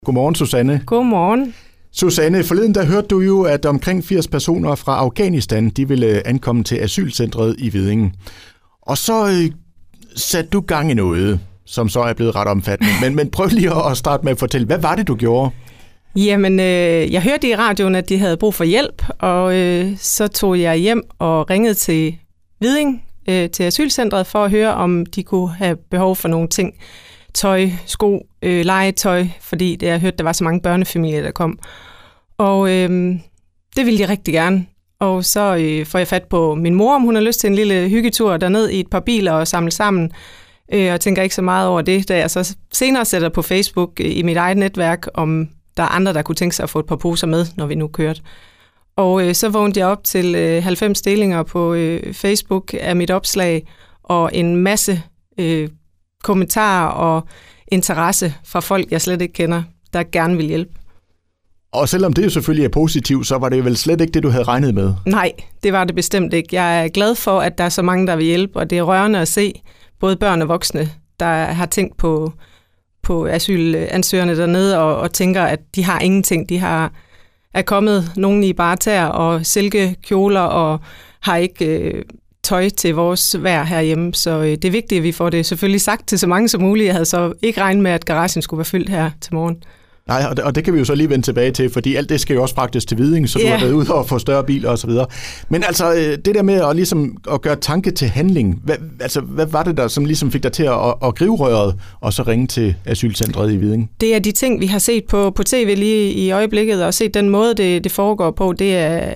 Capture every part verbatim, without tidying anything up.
Godmorgen, Susanne. Godmorgen. Susanne, forleden der hørte du jo, at omkring firs personer fra Afghanistan, de ville ankomme til asylcentret i Hvidingen. Og så øh, satte du gang i noget, som så er blevet ret omfattende. Men, men prøv lige at starte med at fortælle, hvad var det, du gjorde? Jamen, øh, jeg hørte i radioen, at de havde brug for hjælp, og øh, så tog jeg hjem og ringede til Hviding, øh, til asylcentret, for at høre, om de kunne have behov for nogle ting. Tøj, sko, øh, legetøj, fordi det, jeg hørte, der var så mange børnefamilier, der kom. Og øh, det ville de rigtig gerne. Og så øh, får jeg fat på min mor, om hun har lyst til en lille hyggetur derned i et par biler og samle sammen. Øh, og tænker ikke så meget over det, da jeg så senere sætter på Facebook øh, i mit eget netværk, om der er andre, der kunne tænke sig at få et par poser med, når vi nu kørte. Og øh, så vågnede jeg op til øh, halvfems delinger på øh, Facebook af mit opslag, og en masse øh, kommentarer og interesse fra folk, jeg slet ikke kender, der gerne vil hjælpe. Og selvom det jo selvfølgelig er positivt, så var det vel slet ikke det, du havde regnet med? Nej, det var det bestemt ikke. Jeg er glad for, at der er så mange, der vil hjælpe, og det er rørende at se både børn og voksne, der har tænkt på, på asylansøgerne dernede og, og tænker, at de har ingenting. De har er kommet nogen i bare tæer og silkekjoler og har ikke øh, tøj til vores vejr herhjemme. Så øh, det er vigtigt, at vi får det selvfølgelig sagt til så mange som muligt. Jeg havde så ikke regnet med, at garagen skulle være fyldt her til morgen. Nej, og det, og det kan vi jo så lige vende tilbage til, fordi alt det skal jo også fragtes til Hviding, så yeah. du har været ude og få større biler og så videre. Men altså, det der med at, ligesom, at gøre tanke til handling, hvad, altså, hvad var det der, som ligesom fik dig til at, at gribe røret og så ringe til asylcentret i Hviding? Det er de ting, vi har set på, på tv lige i øjeblikket, og set den måde, det, det foregår på, det er,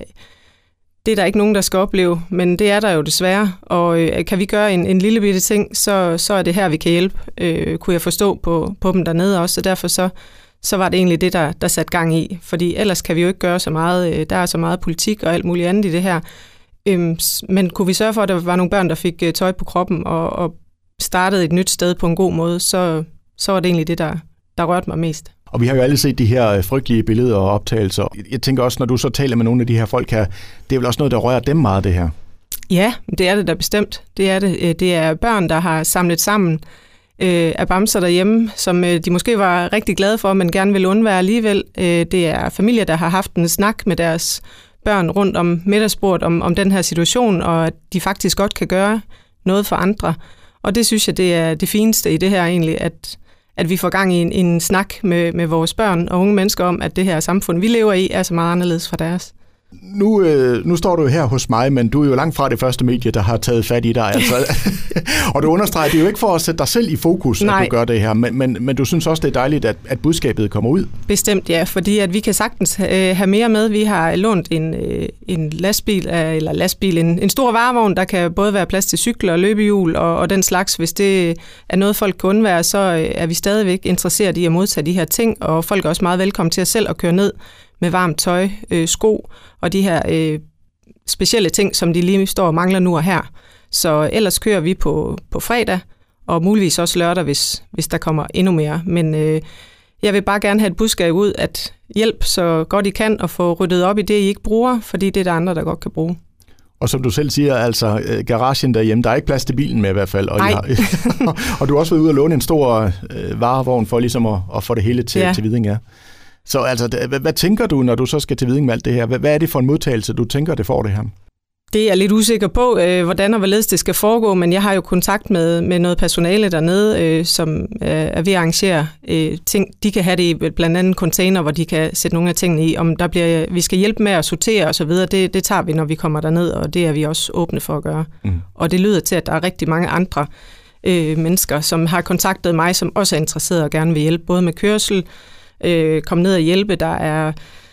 det er der ikke nogen, der skal opleve, men det er der jo desværre. Og øh, kan vi gøre en, en lille bitte ting, så, så er det her, vi kan hjælpe, øh, kunne jeg forstå på, på dem dernede også, og derfor så så var det egentlig det, der, der satte gang i. Fordi ellers kan vi jo ikke gøre så meget. Der er så meget politik og alt muligt andet i det her. Øhm, men kunne vi sørge for, at der var nogle børn, der fik tøj på kroppen og, og startede et nyt sted på en god måde, så, så var det egentlig det, der, der rørte mig mest. Og vi har jo alle set de her frygtelige billeder og optagelser. Jeg tænker også, når du så taler med nogle af de her folk her, det er vel også noget, der rører dem meget, det her? Ja, det er det da bestemt. Det er det. Det er børn, der har samlet sammen af bamser derhjemme, som de måske var rigtig glade for, men gerne vil undvære alligevel. Det er familier, der har haft en snak med deres børn rundt om middagsbordet om, om den her situation, og at de faktisk godt kan gøre noget for andre. Og det synes jeg, det er det fineste i det her egentlig, at, at vi får gang i en, en snak med, med vores børn og unge mennesker om, at det her samfund, vi lever i, er så meget anderledes fra deres. Nu, øh, nu står du jo her hos mig, men du er jo langt fra det første medie, der har taget fat i dig. Altså. Og du understreger, det er jo ikke for at sætte dig selv i fokus, Nej. At du gør det her, men, men, men du synes også, det er dejligt, at, at budskabet kommer ud? Bestemt, ja, fordi at vi kan sagtens øh, have mere med. Vi har lånt en, øh, en lastbil, øh, eller lastbil, en, en stor varevogn, der kan både være plads til cykler og løbehjul og, og den slags. Hvis det er noget, folk kan undvære, så øh, er vi stadigvæk interesseret i at modtage de her ting, og folk er også meget velkommen til at selv at køre ned med varmt tøj, øh, sko og de her øh, specielle ting, som de lige står og mangler nu og her. Så ellers kører vi på, på fredag, og muligvis også lørdag, hvis, hvis der kommer endnu mere. Men øh, jeg vil bare gerne have et budskab ud, at hjælp så godt I kan, og få ryddet op i det, I ikke bruger, fordi det er der andre, der godt kan bruge. Og som du selv siger, altså garagen derhjemme, der er ikke plads til bilen med i hvert fald. Og, Nej. har, og du har også været ude og låne en stor øh, varevogn for ligesom at, at få det hele til, ja. til Hviding, ja. Så altså, hvad, hvad tænker du, når du så skal til Hviding med alt det her? Hvad, hvad er det for en modtagelse, du tænker, det får det her? Det er jeg lidt usikker på, øh, hvordan og hvorledes det skal foregå, men jeg har jo kontakt med, med noget personale dernede, øh, som øh, er ved at arrangere øh, ting. De kan have det i blandt andet container, hvor de kan sætte nogle af tingene i. Om der bliver, vi skal hjælpe med at sortere osv., det, det tager vi, når vi kommer derned, og det er vi også åbne for at gøre. Mm. Og det lyder til, at der er rigtig mange andre øh, mennesker, som har kontaktet mig, som også er interesserede og gerne vil hjælpe, både med kørsel, Øh, komme ned og hjælpe. Der er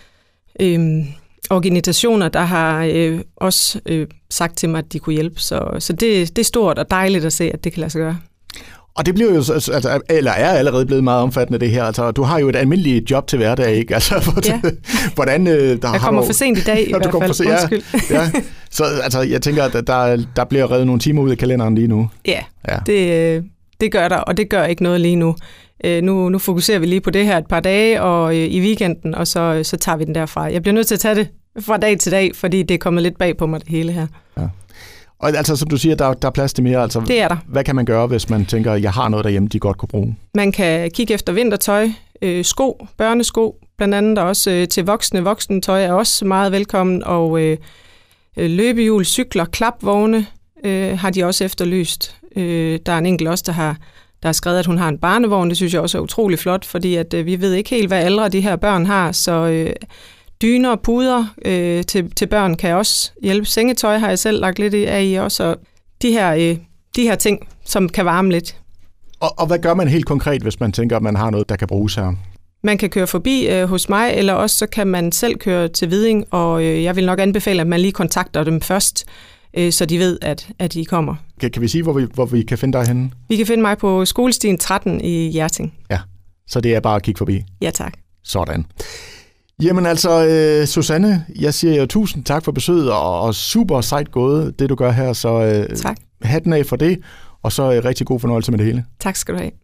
øh, organisationer, der har øh, også øh, sagt til mig, at de kunne hjælpe. Så, så det, det er stort og dejligt at se, at det kan lade sig gøre. Og det bliver jo, altså, eller er allerede blevet meget omfattende det her. Altså, du har jo et almindeligt job til hverdag, ikke? Altså, ja. hvordan, der jeg kommer du, for sent i dag i hvert fald. For sent, ja, ja. Så altså, jeg tænker, at der, der bliver reddet nogle timer ud af kalenderen lige nu. Ja, ja. Det, det gør der, og det gør ikke noget lige nu. Nu, nu fokuserer vi lige på det her et par dage og øh, i weekenden, og så, så tager vi den derfra. Jeg bliver nødt til at tage det fra dag til dag, fordi det er kommet lidt bag på mig det hele her. Ja. Og altså, som du siger, der, der er plads til mere. Altså, det er der. Hvad kan man gøre, hvis man tænker, jeg har noget derhjemme, de godt kunne bruge? Man kan kigge efter vintertøj, øh, sko, børnesko, blandt andet også øh, til voksne. Voksentøj er også meget velkommen, og øh, løbehjul, cykler, klapvogne øh, har de også efterlyst. Øh, der er en enkelt også, der har, der har skrevet, at hun har en barnevogn. Det synes jeg også er utrolig flot, fordi at, øh, vi ved ikke helt, hvad aldre de her børn har, så øh, dyner og puder øh, til, til børn kan også hjælpe. Sengetøj har jeg selv lagt lidt af i også, og de her, øh, de her ting, som kan varme lidt. Og, og hvad gør man helt konkret, hvis man tænker, at man har noget, der kan bruges her? Man kan køre forbi øh, hos mig, eller også så kan man selv køre til Hviding, og øh, jeg vil nok anbefale, at man lige kontakter dem først, øh, så de ved, at, at de kommer. Kan, kan vi sige, hvor vi, hvor vi kan finde dig henne? Vi kan finde mig på Skolestien tretten i Hjerting. Ja, så det er bare at kigge forbi? Ja, tak. Sådan. Jamen altså, øh, Susanne, jeg siger jo tusind tak for besøget, og, og super sejt gået, det du gør her, så øh, tak. Hatten af for det, og så øh, rigtig god fornøjelse med det hele. Tak skal du have.